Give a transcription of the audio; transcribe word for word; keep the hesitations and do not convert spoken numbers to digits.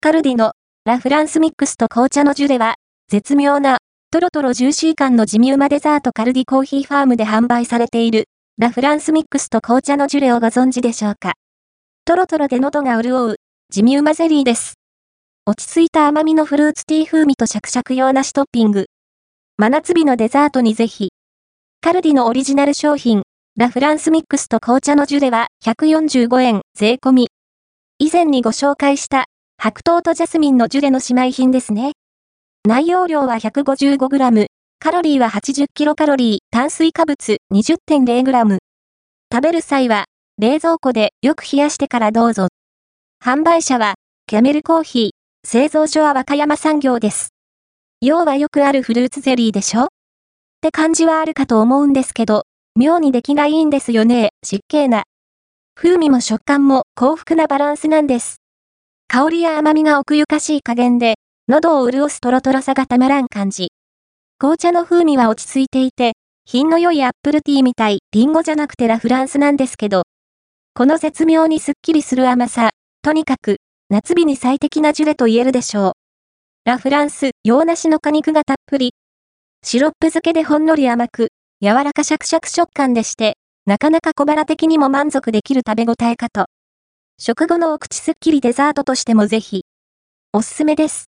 カルディのラ・フランスミックスと紅茶のジュレは、絶妙なトロトロジューシー感の地味馬デザートカルディコーヒーファームで販売されているラ・フランスミックスと紅茶のジュレをご存知でしょうか。トロトロで喉が潤う地味馬ゼリーです。落ち着いた甘みのフルーツティー風味とシャクシャク用なしトッピング。真夏日のデザートにぜひ。カルディのオリジナル商品、ラ・フランスミックスと紅茶のジュレはひゃくよんじゅうごえん税込み。以前にご紹介した白桃とジャスミンのジュレの姉妹品ですね。内容量は ひゃくごじゅうごグラム、カロリーははちじゅっキロカロリー、炭水化物 にじゅってんゼログラム。食べる際は冷蔵庫でよく冷やしてからどうぞ。販売者はキャメルコーヒー、製造所は和歌山産業です。要はよくあるフルーツゼリーでしょって感じはあるかと思うんですけど、妙に出来がいいんですよね、湿気な。風味も食感も幸福なバランスなんです。香りや甘みが奥ゆかしい加減で、喉を潤すトロトロさがたまらん感じ。紅茶の風味は落ち着いていて、品の良いアップルティーみたいリンゴじゃなくてラ・フランスなんですけど、この絶妙にすっきりする甘さ、とにかく夏日に最適なジュレと言えるでしょう。ラ・フランス、洋梨の果肉がたっぷり。シロップ漬けでほんのり甘く、柔らかシャクシャク食感でして、なかなか小腹的にも満足できる食べ応えかと。食後のお口すっきりデザートとしてもぜひ、おすすめです。